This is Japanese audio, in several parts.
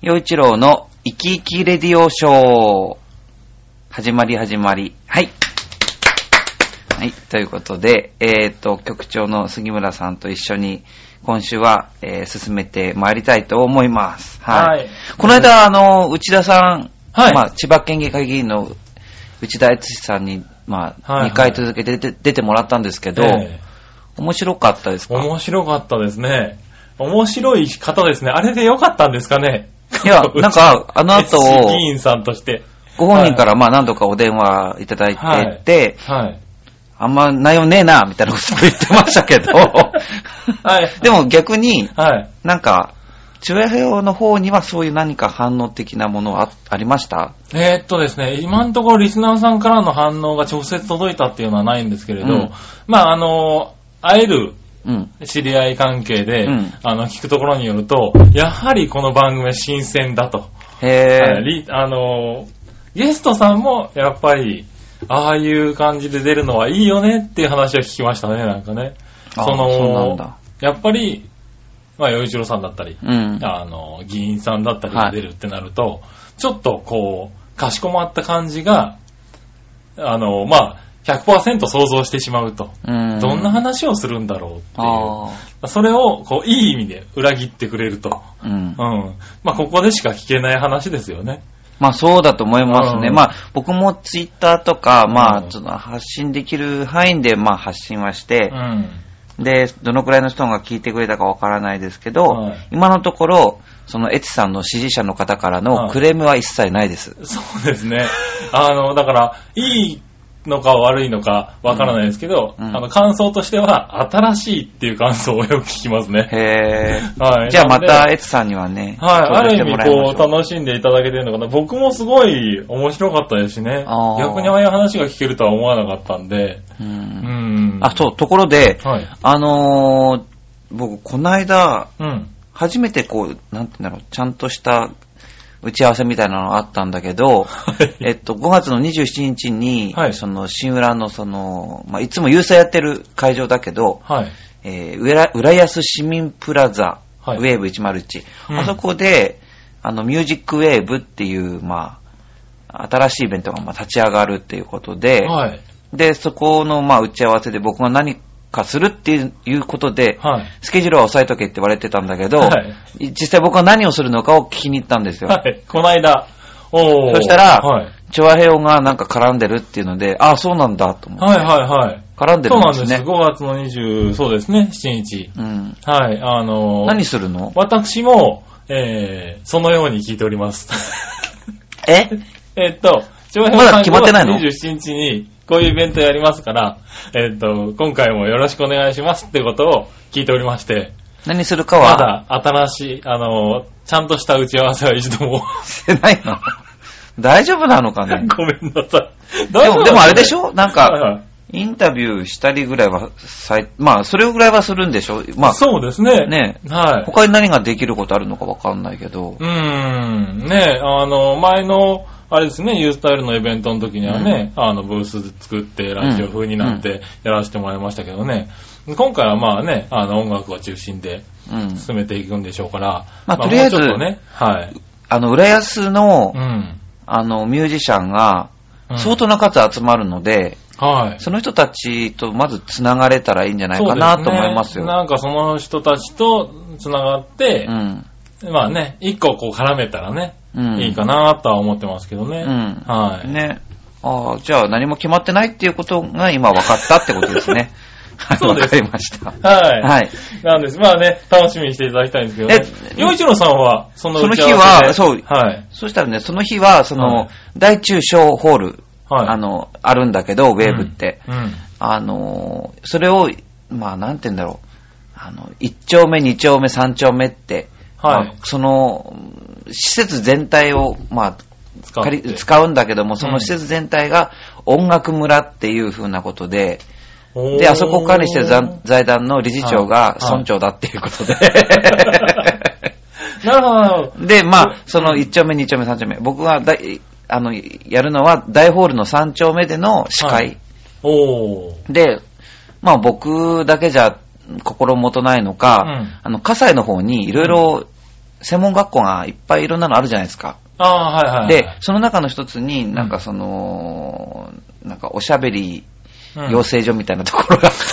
陽一郎の生き生きレディオショー。始まり。はい。はい。ということで、局長の杉村さんと一緒に、今週は、進めてまいりたいと思います。はい。はい、この間、内田さん、はい。まあ、千葉県議会議員の内田悦さんに、まあ、はいはい、2回続けて出てもらったんですけど、面白かったですか？ 面白かったですね。面白い方ですね。あれでよかったんですかね？ いや、なんか、あの後、 議員さんとして。 ご本人からまあ何度かお電話いただいてて、はいはい、あんま内容ねえな、みたいなことを言ってましたけど、はい、でも逆に、はい、なんか、チュアヘヨの方にはそういう何か反応的なものはありました？ ですね、今のところリスナーさんからの反応が直接届いたっていうのはないんですけれど、まあ会える知り合い関係で、聞くところによると、やはりこの番組は新鮮だと。ゲストさんもやっぱりああいう感じで出るのはいいよねっていう話を聞きましたね、なんかね。 そうなんだ。 やっぱり、まあ、洋一郎さんだったり、議員さんだったりが出るってなると、はい、ちょっとこう、かしこまった感じが、まあ、100% 想像してしまうと、どんな話をするんだろうっていう。それを、こう、いい意味で裏切ってくれると。まあ、ここでしか聞けない話ですよね。 まあそうだと思いますね。まあ僕もツイッターとか、まあちょっと発信できる範囲でまあ発信はして、で、どのくらいの人が聞いてくれたかわからないですけど、今のところ、そのエツさんの支持者の方からのクレームは一切ないです。 そうですね。だから、いいのか悪いのかわからないですけど、感想としては新しいっていう感想をよく聞きますね。 へー。はい。じゃあまたエツさんにはね、 はい。ある意味こう楽しんでいただけてるのかな。僕もすごい面白かったですしね。逆にああいう話が聞けるとは思わなかったんで。 そう、ところで、はい、僕この間、初めてこう、なんていうんだろう、ちゃんとした打ち合わせみたいなのがあったんだけど、5月の27日に、はい、その、新浦のまあ、いつも有彩やってる会場だけど、はい、浦安市民プラザ、はい、ウェーブ101、あそこで、ミュージックウェーブっていう、まあ、新しいイベントがまあ立ち上がるっていうことで、はい、で、そこの、まあ、打ち合わせで僕が何かするっていうことで、はい、スケジュールは押さえとけって言われてたんだけど、はい、実際僕は何をするのかを聞きに行ったんですよ。 はい、この間。 そしたら、はい、チョアヘヨがなんか絡んでるっていうので、ああ、そうなんだと思って。 はいはいはい。 絡んでるんですね。 そうなんです。5月の20、そうですね、7日。はい、 何するの？ 私も、そのように聞いております。チョアヘヨまだ決まってないの ？27日に、こういうイベントやりますから、今回もよろしくお願いしますってことを聞いておりまして。 何するかはまだ新しい、ちゃんとした打ち合わせは一度もしてないの？大丈夫なのかね？ ごめんなさい。 でもあれでしょ？なんか、はいはい、インタビューしたりぐらいは、まあ、それぐらいはするんでしょ？まあ、 そうですね。 ね。はい。他に何ができることあるのかわかんないけど。 ね、前の、あれですね、ユースタイルのイベントの時にはね、ブース作ってラジオ風になってやらせてもらいましたけどね、今回はまあね、音楽が中心で進めていくんでしょうから、 まあとりあえず、 もうちょっとね、はい。 浦安の、ミュージシャンが相当な数集まるので、はい。その人たちとまずつながれたらいいんじゃないかなと思いますよ。 なんかその人たちとつながって、まあね、一個こう絡めたらね、いいかなとは思ってますけどね。はい。 ね。じゃあ何も決まってないっていうことが今分かったってことですね。 そうです。 分かりました。 はい。はい。なんです。まあね、楽しみにしていただきたいんですけどね。洋一郎さんは、その日は、そう、はい。そしたらね、その日は、大中小ホール、はい、あるんだけど、ウェーブって。それを、まあ、なんて言うんだろう。1丁目、2丁目、3丁目って、はい。施設全体を、まあ、使うんだけども、その施設全体が音楽村っていう風なことで、で、あそこを管理してる財団の理事長が村長だっていうことで。 なるほど、なるほど。 で、まあ、その1丁目、2丁目、3丁目。僕がやるのは大ホールの3丁目での司会。で、まあ僕だけじゃ心もとないのか、葛西の方にいろいろ専門学校がいっぱいいろんなのあるじゃないですか。 はいはい。 で、その中の一つに、なんかなんかおしゃべり養成所みたいなところがあって、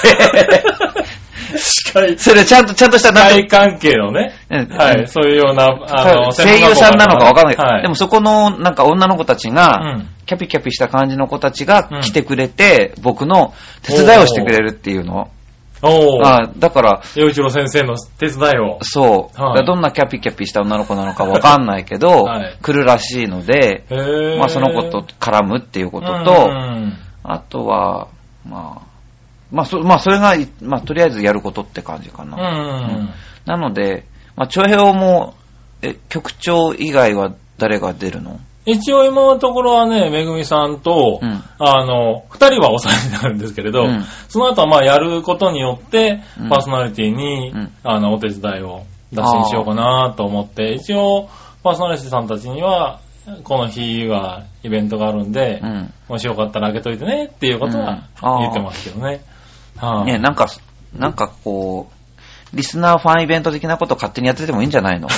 それちゃんとした社会関係のね、はい、そういうような、 声優さんなのかわかんない。はい、でもそこの、なんか女の子たちが、キャピキャピした感じの子たちが来てくれて、僕の手伝いをしてくれるっていうの。だから、 陽一郎先生の手伝いを。 そう。どんなキャピキャピした女の子なのかわかんないけど、来るらしいので、その子と絡むっていうことと、あとは、それが、とりあえずやることって感じかな。なので、長平も、局長以外は誰が出るの？ 一応今のところはね、めぐみさんと、二人は抑えになるんですけれど、その後はやることによって、パーソナリティに、お手伝いを出しにしようかなと思って、一応、パーソナリティさんたちには、この日はイベントがあるんで、もしよかったら開けといてねっていうことは言ってますけどね。 ね、なんかこう、リスナーファンイベント的なことを勝手にやっててもいいんじゃないの？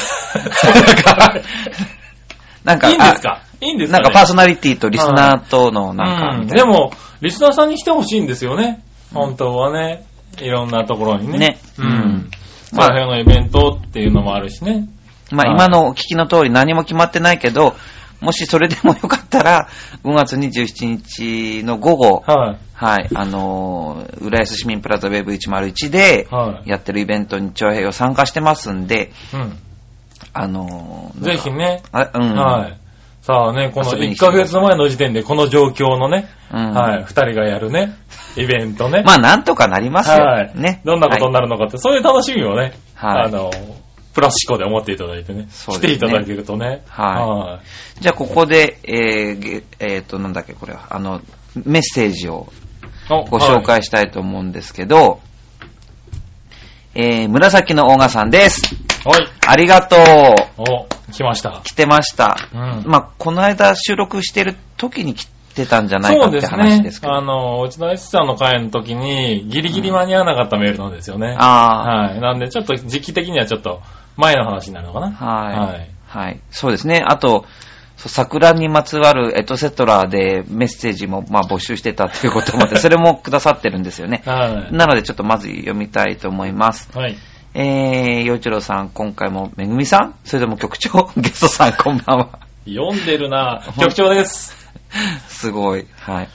なんか、 いいんですか？いいんですかね？ なんかパーソナリティとリスナーとのなんか、 でも、リスナーさんに来てほしいんですよね。本当はね。いろんなところにね。 ね。 長平のイベントっていうのもあるしね。 今のお聞きの通り何も決まってないけど、もしそれでもよかったら、5月27日の午後、浦安市民プラザウェブ101で、やってるイベントに長平を参加してますんで、 ぜひね。さあね、この1ヶ月前の時点でこの状況のね、2人がやるね、イベントね。 なんとかなりますよ。ね。 どんなことになるのかって、そういう楽しみをね、プラス思考で思っていただいてね、来ていただけるとね。 じゃあここで、なんだっけ、これは、メッセージをご紹介したいと思うんですけど、紫のオーガさんです。ありがとう。 来ました。 来てました。この間収録してる時に来てたんじゃないかって話ですけど。 うちの S さんの会の時にギリギリ間に合わなかったメールなんですよね。なんでちょっと時期的にはちょっと前の話になるのかな。 そうですね。あと、桜にまつわるエトセトラでメッセージも募集してたということもあって、それもくださってるんですよね。なのでちょっとまず読みたいと思います。陽一郎さん、今回もめぐみさん、それとも局長、ゲストさん、こんばんは。 読んでるな。局長です。 すごい。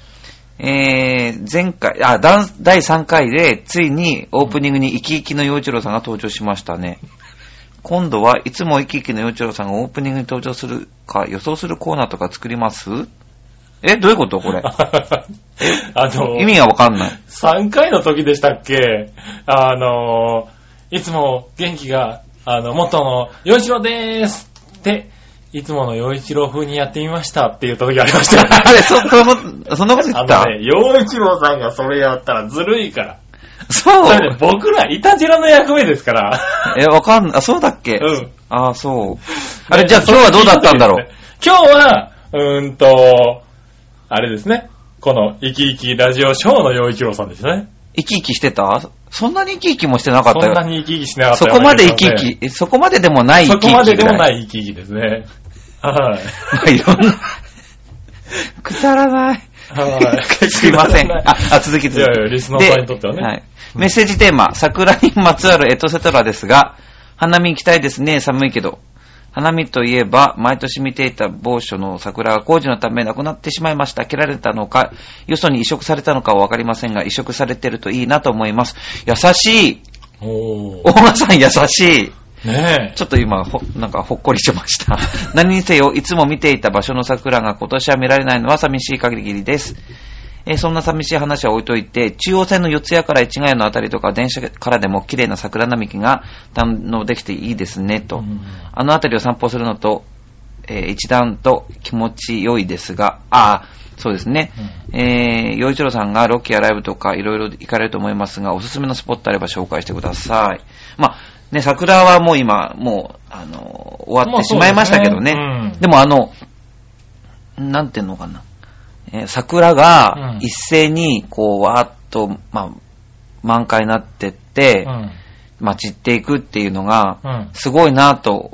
前回、第3回でついにオープニングに生き生きの陽一郎さんが登場しましたね。今度はいつも生き生きの陽一郎さんがオープニングに登場するか予想するコーナーとか作ります？どういうことこれ。意味がわかんない。 3回の時でしたっけ？いつも元気が、元の陽一郎でーすって、いつもの陽一郎風にやってみましたって言った時ありましたよね。 そんなこと言った？ 陽一郎さんがそれやったらずるいから。 そう。 だって僕らイタジラの役目ですから。 わかんない。そうだっけ？そう。あれ、じゃあ今日はどうだったんだろう？ 今日は、あれですね。この生き生きラジオショーの陽一郎さんですね。 生き生きしてた？そんなに生き生きもしてなかったよ。 そんなに生き生きしてなかったよ。 そこまで生き生き、そこまででもない生き生き。 そこまででもない生き生きですね。 いろんな、くだらない。すいません。続き。 いやいや、リスナーさんにとってはね。 メッセージテーマ、桜にまつわるエトセトラですが、花見行きたいですね、寒いけど。花見といえば、毎年見ていた某所の桜が工事のためなくなってしまいました。切られたのか、よそに移植されたのかはわかりませんが、移植されてるといいなと思います。優しい。大賀さん優しい。 ねえ。 ちょっと今、なんかほっこりしました。何にせよ、いつも見ていた場所の桜が今年は見られないのは寂しい限りです。そんな寂しい話は置いといて、中央線の四谷から市ヶ谷のあたりとか電車からでも綺麗な桜並木が堪能できていいですねと。あのあたりを散歩するのと、一段と気持ち良いですが、そうですね。陽一郎さんがロケやライブとかいろいろ行かれると思いますが、おすすめのスポットあれば紹介してください。桜はもう今、終わってしまいましたけどね。でもなんていうのかな。桜が一斉にこうわーっと、満開になってって、散っていくっていうのがすごいなと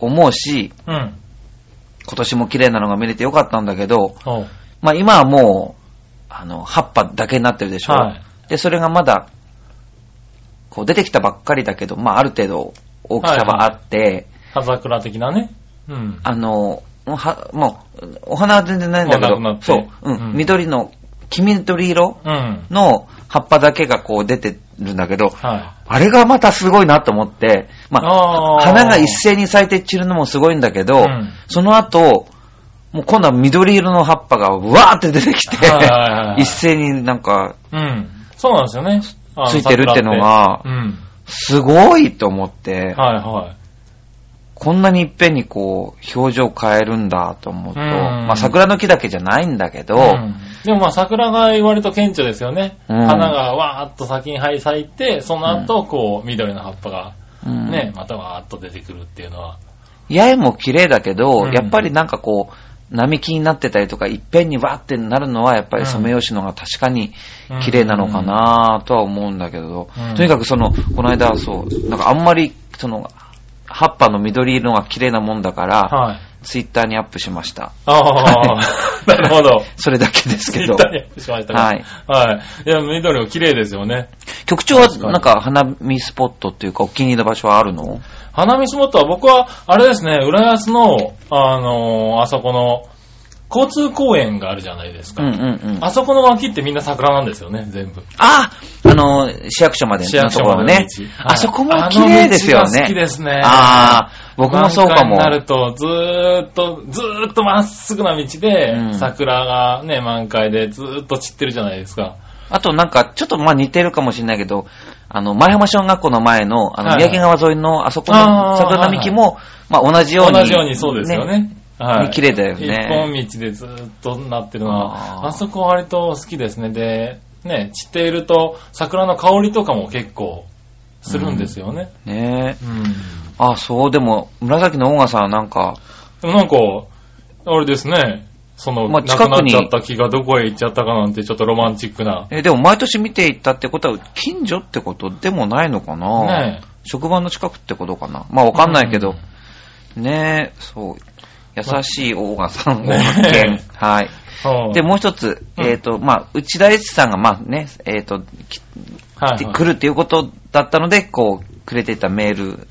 思うし、うん、今年も綺麗なのが見れてよかったんだけど、まあ今はもう、葉っぱだけになってるでしょ。はい、で、それがまだ、こう出てきたばっかりだけど、まあある程度大きさはあって、 葉桜的なね。うん。 もう、お花は全然ないんだけど、そう、うん、緑の、黄緑色の葉っぱだけがこう出てるんだけど、はい、あれがまたすごいなと思って、まあ、花が一斉に咲いて散るのもすごいんだけど、その後、もう今度は緑色の葉っぱがわーって出てきて、一斉になんか、 そうなんですよね。 ついてるってのが、すごいと思って、こんなにいっぺんにこう、表情変えるんだと思うと、まあ桜の木だけじゃないんだけど、 でもまあ桜が割と顕著ですよね。花がわーっと先に咲いて、その後こう、緑の葉っぱがね、またわーっと出てくるっていうのは。 八重も綺麗だけど、やっぱりなんかこう、並木になってたりとか、いっぺんにわーってなるのは、やっぱりソメイヨシノが確かに綺麗なのかなとは思うんだけど、とにかくこの間、そう、なんかあんまり、葉っぱの緑色が綺麗なもんだから、ツイッターにアップしました。 なるほど。 それだけですけど。 ツイッターにアップしましたか。はい。いや、緑も綺麗ですよね。 局長はなんか花見スポットっていうか、お気に入りの場所はあるの？ 花見スポットは僕は、あれですね、浦安の、あそこの、交通公園があるじゃないですか。あそこの脇ってみんな桜なんですよね、全部。 市役所までのところね。あそこも綺麗ですよね。 好きですね。 僕もそうかも。 満開になると、ずーっとまっすぐな道で、桜がね、満開でずーっと散ってるじゃないですか。 あとなんか、ちょっとまあ似てるかもしれないけど、前浜小学校の前の、宮城川沿いのあそこの桜並木も、まあ同じように。 同じようにそうですよね。 綺麗だよね。 一本道でずーっとなってるのは、あそこ割と好きですね。で、ね、散っていると、桜の香りとかも結構するんですよね。 ねえ。そう、でも、紫のオーガさんはなんか。 でもなんか、あれですね。亡くなっちゃった木がどこへ行っちゃったかなんてちょっとロマンチックな。 でも毎年見ていったってことは、近所ってことでもないのかな？ねえ。職場の近くってことかな？まあわかんないけど。ねえ、そう。優しいオーガさんを発見。はい。で、もう一つ、まあ、内田悦さんが、まあね、来るっていうことだったので、こう、くれていたメール。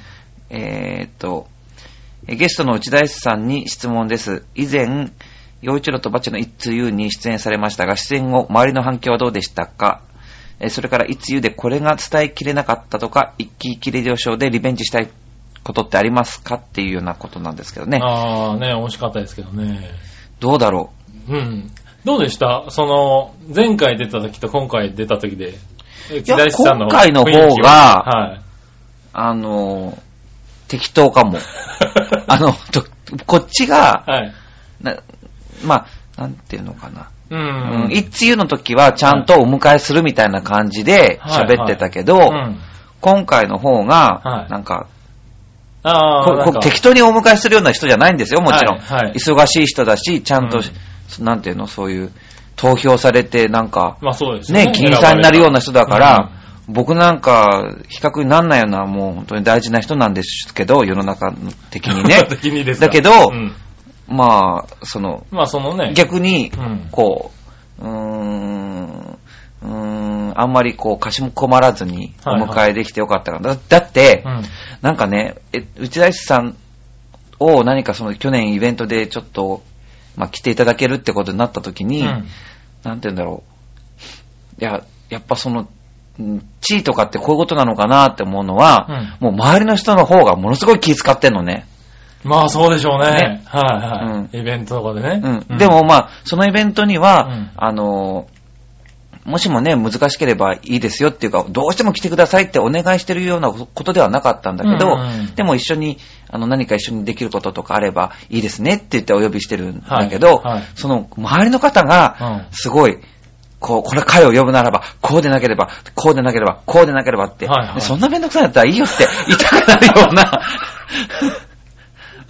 ゲストの内田悦さんに質問です。以前、陽一郎とバチのいつゆに出演されましたが、出演後、周りの反響はどうでしたか？それから、いつゆでこれが伝えきれなかったとか、一気一気レディオショーでリベンジしたいことってありますかっていうようなことなんですけどね。 ね、惜しかったですけどね。 どうだろう？どうでした？前回出た時と今回出た時で。 今回の方が、適当かも。こっちが、まあ、なんていうのかな。一湯の時はちゃんとお迎えするみたいな感じで喋ってたけど、今回の方が、なんか、適当にお迎えするような人じゃないんですよ、もちろん。忙しい人だし、ちゃんと、なんていうの、そういう、投票されて、なんか、ね、議員さんになるような人だから、僕なんか、比較になんないような、もう本当に大事な人なんですけど、世の中的にね。だけど、まあ、逆に、こう、あんまりこう、かしこまらずにお迎えできてよかったかな。だって、なんかね、内田さんを何か去年イベントでちょっと、まあ、来ていただけるってことになった時に、なんて言うんだろう。やっぱ地位とかってこういうことなのかなって思うのは、もう周りの人の方がものすごい気遣ってんのね。 まあそうでしょうね。イベントとかでね。 でもまあ、そのイベントには、もしもね、難しければいいですよっていうか、どうしても来てくださいってお願いしてるようなことではなかったんだけど、でも一緒に、何か一緒にできることとかあればいいですねって言ってお呼びしてるんだけど、その周りの方が、すごい、これ会を呼ぶならば、こうでなければ、こうでなければ、こうでなければって、そんなめんどくさいんだったらいいよって言いたくなるような、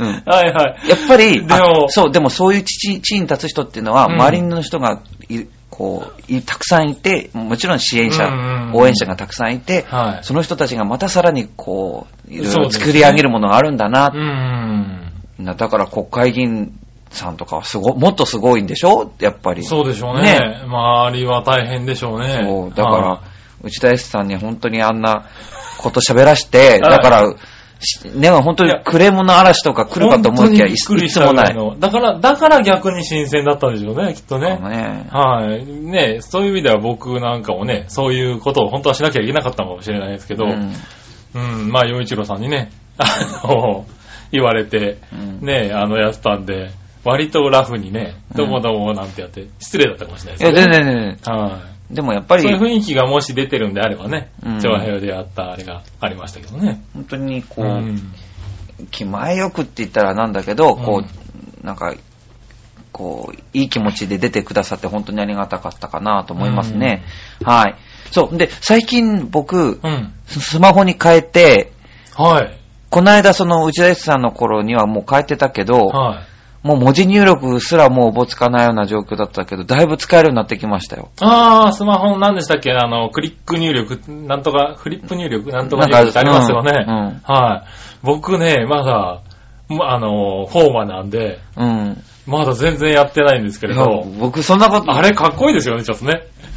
やっぱり、でもそういう地位に立つ人っていうのは、周りの人が、 こう、たくさんいて、もちろん支援者、応援者がたくさんいて、その人たちがまたさらにこう、いろいろ作り上げるものがあるんだな。だから国会議員さんとかはもっとすごいんでしょやっぱり。 そうでしょうね。周りは大変でしょうね。 そう、だから、内田 S さんに本当にあんなこと喋らして、だから、ね、本当にクレームの嵐とか来るかと思いきや、いつもない。 だから逆に新鮮だったんでしょうね、きっとね。はい。ね、そういう意味では僕なんかもね、そういうことを本当はしなきゃいけなかったかもしれないですけど、まあ、洋一郎さんにね、言われて、ね、やってたんで、割とラフにね、どうもどうもなんてやって、失礼だったかもしれないですね。 いや、全然。はい。でもやっぱりそういう雰囲気がもし出てるんであればね、長平でやったあれがありましたけどね。 本当にこう、気前よくって言ったらなんだけど、こう、なんか、こう、いい気持ちで出てくださって本当にありがたかったかなと思いますね。はい。そう。で、最近僕、スマホに変えて、はい。この間その内田 S さんの頃にはもう変えてたけど、はい。もう文字入力すらもうおぼつかないような状況だったけど、だいぶ使えるようになってきましたよ。 スマホ何でしたっけクリック入力、なんとか、フリップ入力、なんとか入力ってありますよね。はい。僕ね、まだ、フォーマなんで、まだ全然やってないんですけれど。 僕そんなこと。 あれかっこいいですよね、ちょっとね。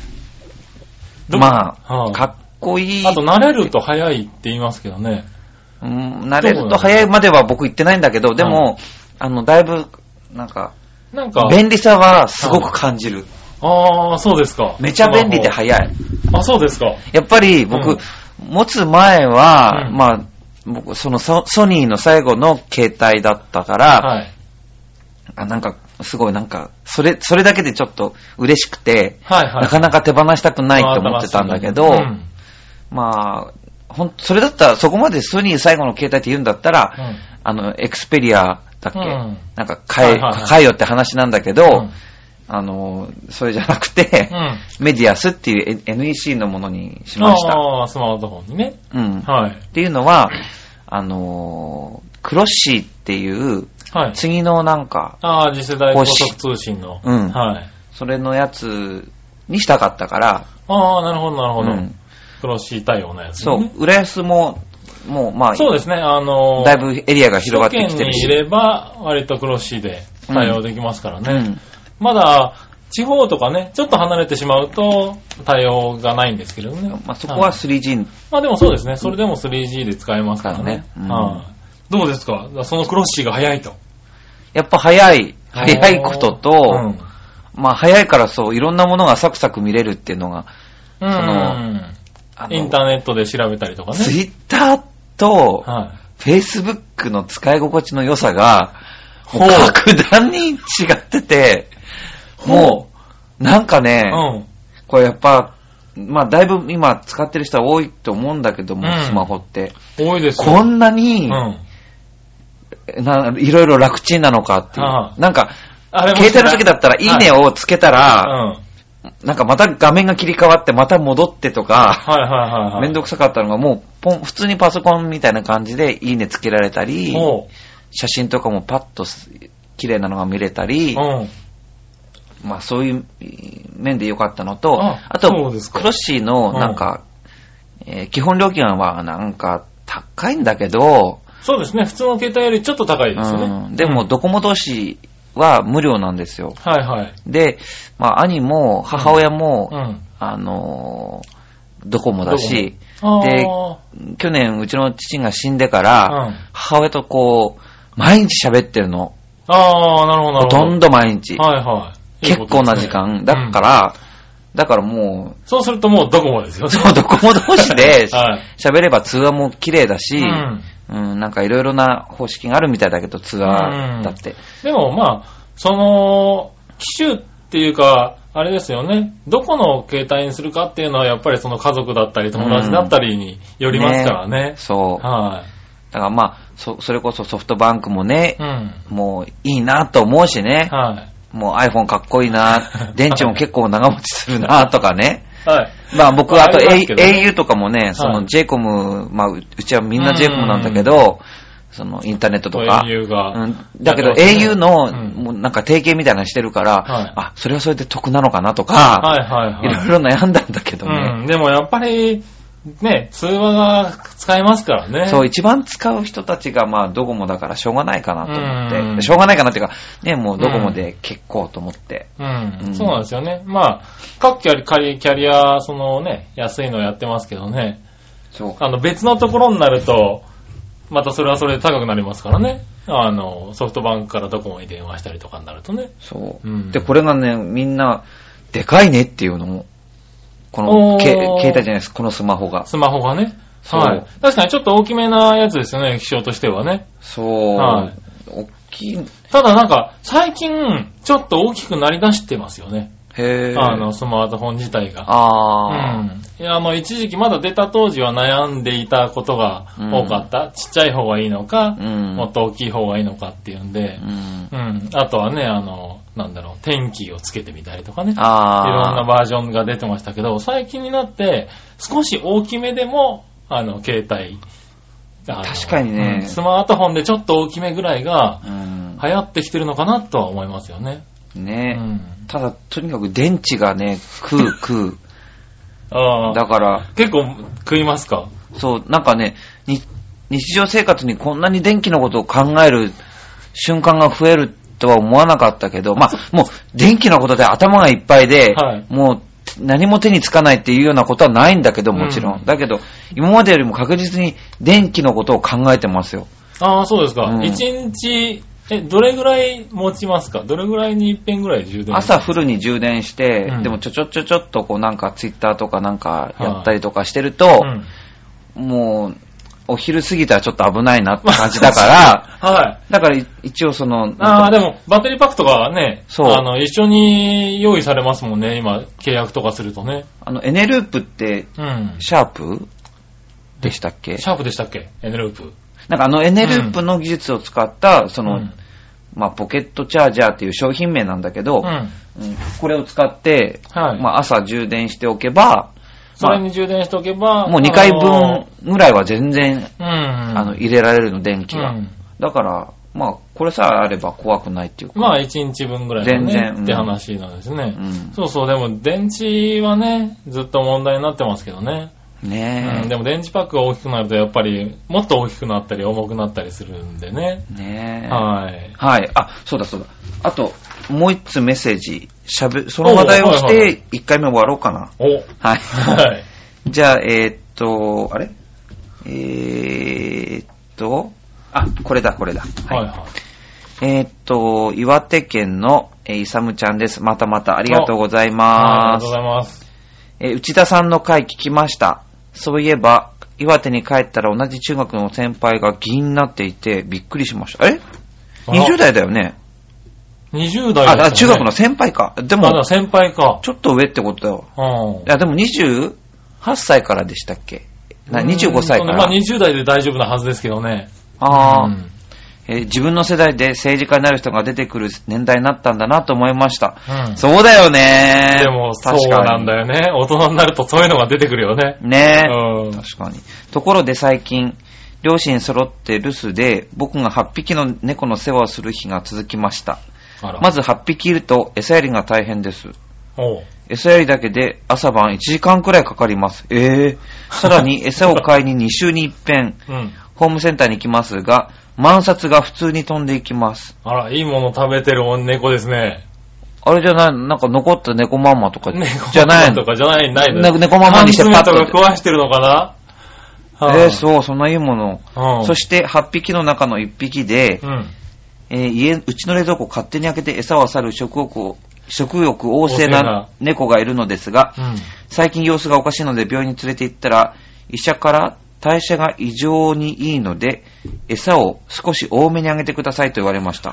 まあ、かっこいい。 あと慣れると早いって言いますけどね。 慣れると早いまでは僕言ってないんだけど、でも、だいぶ、なんか、便利さはすごく感じる。 そうですか。 めちゃ便利で早い。 そうですか。 やっぱり僕、持つ前は、まあ、僕、そのソニーの最後の携帯だったから、なんか、すごいなんか、それだけでちょっと嬉しくて、なかなか手放したくないって思ってたんだけど、まあ、それだったら、そこまでソニー最後の携帯って言うんだったら、エクスペリアだっけ、なんか買えよって話なんだけど、それじゃなくて、メディアスっていう NEC のものにしました。 スマートフォンにね。 はい。っていうのは、クロッシーっていう、次のなんか、 次世代高速通信の。 はい。それのやつにしたかったから。 なるほど、なるほど。クロッシー対応のやつ、ね。 そう、浦安も、もうまあ、 そうですね、 だいぶエリアが広がってきてるし。 首都圏にいれば、割とクロッシーで対応できますからね。まだ、地方とかね、ちょっと離れてしまうと、対応がないんですけどね。 まあそこは 3G。 まあでもそうですね、それでも 3G で使えますからね。どうですかそのクロッシーが早いと。 やっぱ早いことと、まあ早いからそう、いろんなものがサクサク見れるっていうのが、 インターネットで調べたりとかね。 ツイッターと、フェイスブックの使い心地の良さが、格段に違ってて、もう、なんかね、これやっぱ、まあだいぶ今使ってる人は多いと思うんだけども、スマホって。 多いですよ。こんなに、いろいろ楽ちんなのかっていう。なんか、携帯の時だったら、いいねをつけたら、なんかまた画面が切り替わってまた戻ってとか、めんどくさかったのがもう普通にパソコンみたいな感じでいいねつけられたり、写真とかもパッと綺麗なのが見れたり、まあそういう面で良かったのと、あとクロッシーのなんか、基本料金はなんか高いんだけど、 そうですね、普通の携帯よりちょっと高いですよね。 でもドコモ同士は無料なんですよ。で、まあ兄も母親も、ドコモだし、で、去年うちの父が死んでから、母親とこう、毎日喋ってるの。 なるほど、なるほど。 ほとんど毎日。結構な時間。だからもう。 そうするともうドコモですよね。 そう、ドコモ同士で喋れば通話も綺麗だし、なんかいろいろな方式があるみたいだけど、通話だって。 でもまあ、その、機種っていうか、あれですよね。どこの携帯にするかっていうのはやっぱりその家族だったり友達だったりによりますからね。 そう。だからまあ、それこそソフトバンクもね、もういいなと思うしね。もう iPhone かっこいいな、電池も結構長持ちするなとかね。まあ僕、あと au とかもね、その JCOM、まあうちはみんな JCOM なんだけど、そのインターネットとか。 au が。 だけど au の、もうなんか提携みたいなのしてるから、はい、あ、それはそれで得なのかなとか、 はいはいはい。 いろいろ悩んだんだけどね。 うん、でもやっぱり、ね、通話が使えますからね。 そう、一番使う人たちが、まあ、ドコモだからしょうがないかなと思って。しょうがないかなっていうか、ね、もうドコモで結構と思って。 そうなんですよね。まあ、各キャリア、そのね、安いのやってますけどね。そう。別のところになると、またそれはそれで高くなりますからね。ソフトバンクからドコモに電話したりとかになるとね。 そう。で、これがね、みんな、でかいねっていうのも。この携帯じゃないですか、このスマホが。 スマホがね。はい。確かにちょっと大きめなやつですよね、機種としてはね。 そう。はい。大きい。 ただなんか、最近、ちょっと大きくなりだしてますよね。 へぇスマートフォン自体が。いや、一時期まだ出た当時は悩んでいたことが多かった。ちっちゃい方がいいのか、もっと大きい方がいいのかっていうんで、あとはね、なんだろう、天気をつけてみたりとかね。いろんなバージョンが出てましたけど、最近になって少し大きめでも、携帯。 確かにね、 スマートフォンでちょっと大きめぐらいが、流行ってきてるのかなとは思いますよね。 ね、ただ、とにかく電池がね、食う。だから。 結構食いますか？ そう、なんかね、日常生活にこんなに電気のことを考える瞬間が増えるとは思わなかったけど、まあ、もう電気のことで頭がいっぱいで、はい、もう何も手につかないっていうようなことはないんだけど、もちろん。だけど、今までよりも確実に電気のことを考えてますよ。 ああ、そうですか。一日、どれぐらい持ちますか？どれぐらいに一遍ぐらい充電？ 朝フルに充電して、でもちょっとこうなんかツイッターとかなんかやったりとかしてると、もう、お昼過ぎたらちょっと危ないなって感じだから、はい。だから一応その、 でもバッテリーパックとかはね、そう。一緒に用意されますもんね、今、契約とかするとね。 エネループって、シャープでしたっけ？ シャープでしたっけ？エネループ。 なんかエネループの技術を使った、まあ、ポケットチャージャーっていう商品名なんだけど、これを使って、まあ、朝充電しておけば、 それに充電しておけば、 もう2回分ぐらいは全然、入れられるの、電気が。だから、まあ、これさえあれば怖くないっていうか。 まあ、1日分ぐらいのね、全然、って話なんですね。そうそう、でも電池はね、ずっと問題になってますけどね。 ねえ、 でも電池パックが大きくなるとやっぱりもっと大きくなったり重くなったりするんでね。 ねえ。 はい。 はい。あ、そうだ。あと、もう一つメッセージ、その話題をして、1回目終わろうかな。 はい。 はい。じゃあ、あれこれだ。はい。岩手県の、いさむちゃんです。またありがとうございます。 ありがとうございます。 内田さんの回聞きました。そういえば、岩手に帰ったら同じ中学の先輩が議員になっていてびっくりしました。20代だよね。 20代だよね。 中学の先輩か。でも、 先輩か。 ちょっと上ってことだよ。いや、でも28歳からでしたっけ？25歳から。 まあ20代で大丈夫なはずですけどね。 自分の世代で政治家になる人が出てくる年代になったんだなと思いました。そうだよね。 でも、そうなんだよね。大人になるとそういうのが出てくるよね。 ねえ。確かに。ところで最近、両親揃って留守で、僕が8匹の猫の世話をする日が続きました。まず8匹いると餌やりが大変です。餌やりだけで朝晩1時間くらいかかります。さらに餌を買いに2週に一遍、ホームセンターに行きますが、万札が普通に飛んでいきます。 あら、いいもの食べてる猫ですね。 あれじゃない、なんか残った猫ママとかじゃないの？ 猫ママとかじゃないの？ 猫ママにしてパッと。 缶詰とか食わしてるのかな？ そう、そんないいもの。そして8匹の中の1匹で、うちの冷蔵庫を勝手に開けて餌を漁る食欲旺盛な猫がいるのですが、最近様子がおかしいので病院に連れて行ったら、医者から代謝が異常にいいので、餌を少し多めにあげてくださいと言われました。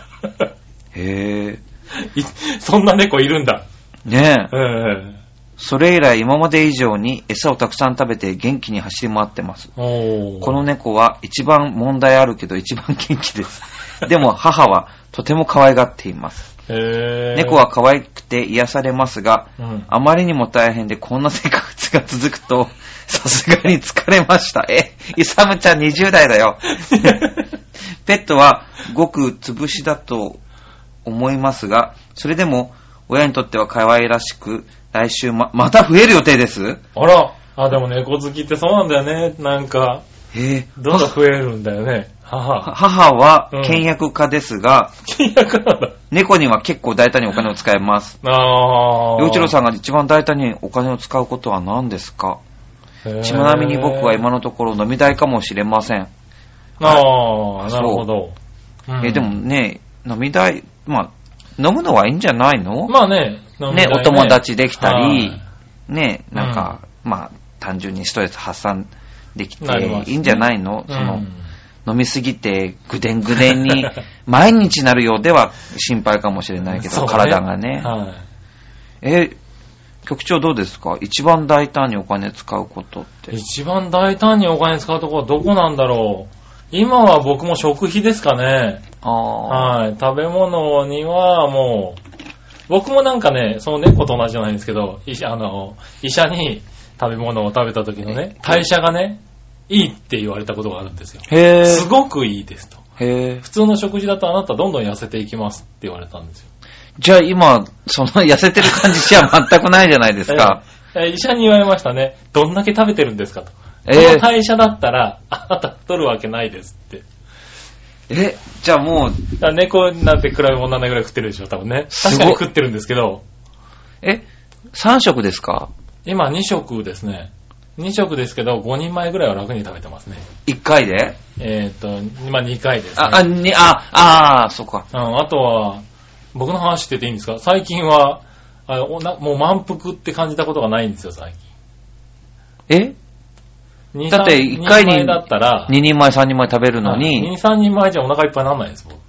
そんな猫いるんだ。 ねえ。それ以来今まで以上に餌をたくさん食べて元気に走り回ってます。この猫は一番問題あるけど一番元気です。でも母はとても可愛がっています。猫は可愛くて癒されますが、あまりにも大変でこんな生活が続くとさすがに疲れました。イサムちゃん20代だよ。ペットはごく潰しだと思いますが、それでも親にとっては可愛らしく、来週また増える予定です。 あら、でも猫好きってそうなんだよね。なんか、どんどん増えるんだよね。 母は倹約家ですが、 倹約なんだ。 猫には結構大胆にお金を使います。陽一郎さんが一番大胆にお金を使うことは何ですか？ちなみに僕は今のところ飲み代かもしれません。 なるほど。 でもね、飲み代、飲むのはいいんじゃないの？ ね、 お友達できたり、ね、なんか、単純にストレス発散できていいんじゃないの？飲みすぎてぐでんぐでんに毎日なるようでは心配かもしれないけど、体がね。局長どうですか？一番大胆にお金使うことって。 一番大胆にお金使うところはどこなんだろう。今は僕も食費ですかね。食べ物にはもう、僕もなんかね、その猫と同じじゃないんですけど、医者に食べ物を食べた時のね、代謝がね、いいって言われたことがあるんですよ。すごくいいですと。普通の食事だとあなたどんどん痩せていきますって言われたんですよ。 じゃあ今、その痩せてる感じじゃ全くないじゃないですか。 医者に言われましたね。どんだけ食べてるんですかと。この代謝だったら、あなた太るわけないですって。 じゃあもう。 猫なんて比べ物ないぐらい食ってるでしょ、多分ね。確かに食ってるんですけど。 3食ですか？ 今2食ですね。2食ですけど、5人前ぐらいは楽に食べてますね。 1回で今2回ですね。 そっか。 あとは、僕の話してていいんですか？最近は、もう満腹って感じたことがないんですよ、最近。 だって1回にだったら 2人前3人前食べるのに、 2、3人前じゃお腹いっぱいにならないですもん。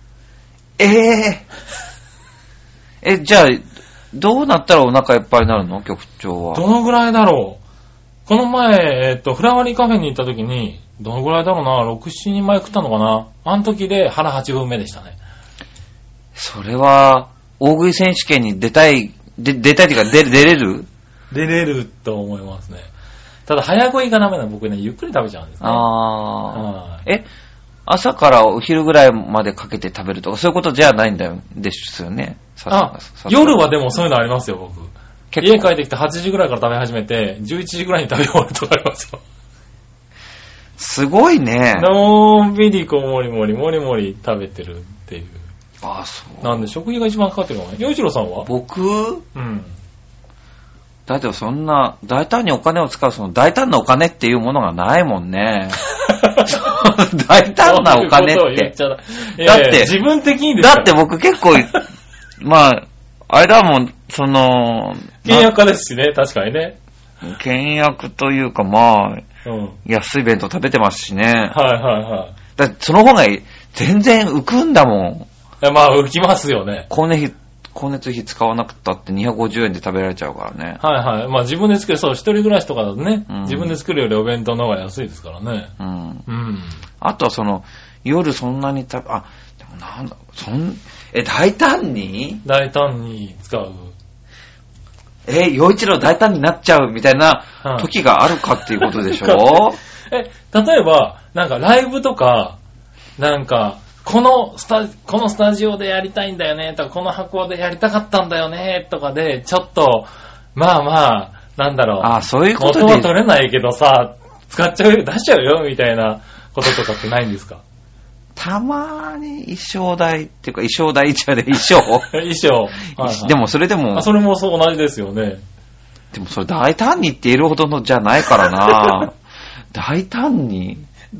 じゃあどうなったらお腹いっぱいになるの？局長は。 どのぐらいだろう。この前フラワリーカフェに行った時にどのぐらいだろうな、6、7人前食ったのかな。あの時で腹8分目でしたね。 それは大食い選手権に出たいっていうか出れる？ 出れると思いますね。ただ早食いがダメな僕ね、ゆっくり食べちゃうんですね。 朝からお昼ぐらいまでかけて食べるとかそういうことじゃないんだよですよね。 夜はでもそういうのありますよ、僕。家帰ってきて8時ぐらいから食べ始めて11時ぐらいに食べ終わるとかありますよ。 すごいね。 のんびりこうもりもり食べてるっていう。 そう。 なんで食費が一番かかってるのかね。洋一郎さんは？ 僕？だってそんな大胆にお金を使うその大胆なお金っていうものがないもんね。大胆なお金って。だって自分的にですか？ だって僕結構あれだもん、 倹約家ですしね、確かにね。 倹約というか安い弁当食べてますしね。だってその方が全然浮くんだもん。 浮きますよね。 光熱費使わなくたって250円で食べられちゃうからね。 自分で作る、一人暮らしとかだとね、自分で作るよりお弁当の方が安いですからね。 あとは夜そんなにでもなんだ、大胆に使う。 陽一郎大胆になっちゃうみたいな時があるかっていうことでしょ？ 例えば、なんかライブとか、なんか、このスタジオでやりたいんだよねとか、この箱でやりたかったんだよねとかで、ちょっと、なんだろう。 そういうことで。 元は取れないけどさ、使っちゃうよ、出しちゃうよ、みたいなこととかってないんですか？ たまに衣装代っていうか、衣装代一応で衣装衣装。 でもそれでも。 それもそう同じですよね。 でもそれ大胆にって言えるほどのじゃないからな。大胆に。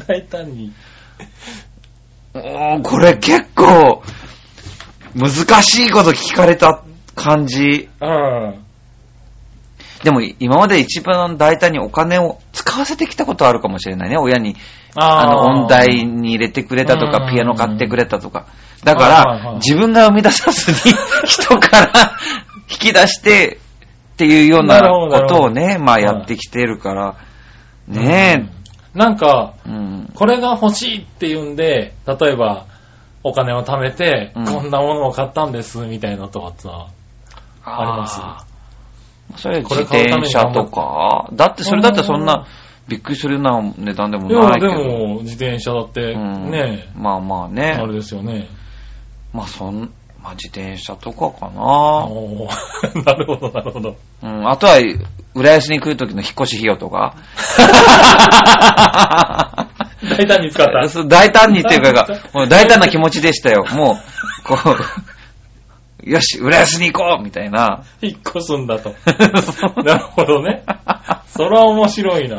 これ結構難しいこと聞かれた感じ。でも今まで一番大胆にお金を使わせてきたことあるかもしれないね。親に音大に入れてくれたとかピアノ買ってくれたとか。だから自分が生み出さずに人から引き出してっていうようなことをね、やってきてるからね。 なんか、これが欲しいっていうんで、例えばお金を貯めて、こんなものを買ったんですみたいなとかってあります？ それ自転車とかだってそれだってそんなびっくりするような値段でもないけど。 でも自転車だってね、 ね。 あれですよね。 まあ、自転車とかかな。 おーなるほど、なるほど。 うん、あとは、浦安に来るときの引っ越し費用とか。 大胆に使った。 大胆にっていうか、もう大胆な気持ちでしたよ。もう、こう、よし、浦安に行こうみたいな。 引っ越すんだと。なるほどね。それは面白いな。はい、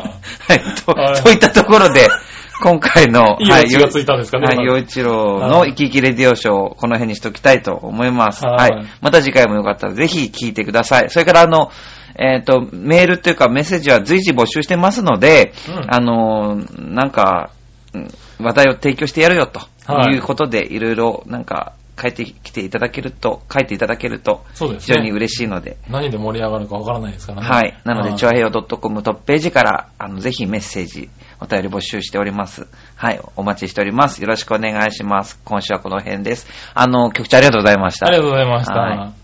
といったところで、今回の、 いいオチがついたんですかね。 はい、陽一郎の生き生きレディオショー、この辺にしときたいと思います。はい。また次回もよかったらぜひ聞いてください。それからメールっていうかメッセージは随時募集してますので、なんか、話題を提供してやるよということで、いろいろなんか書いていただけると、非常に嬉しいので。 何で盛り上がるかわからないですからね。 はい。なので、ちょあへよ .com トップページから、ぜひメッセージ、お便り募集しております。はい。お待ちしております。よろしくお願いします。今週はこの辺です。局長ありがとうございました。 ありがとうございました。はい。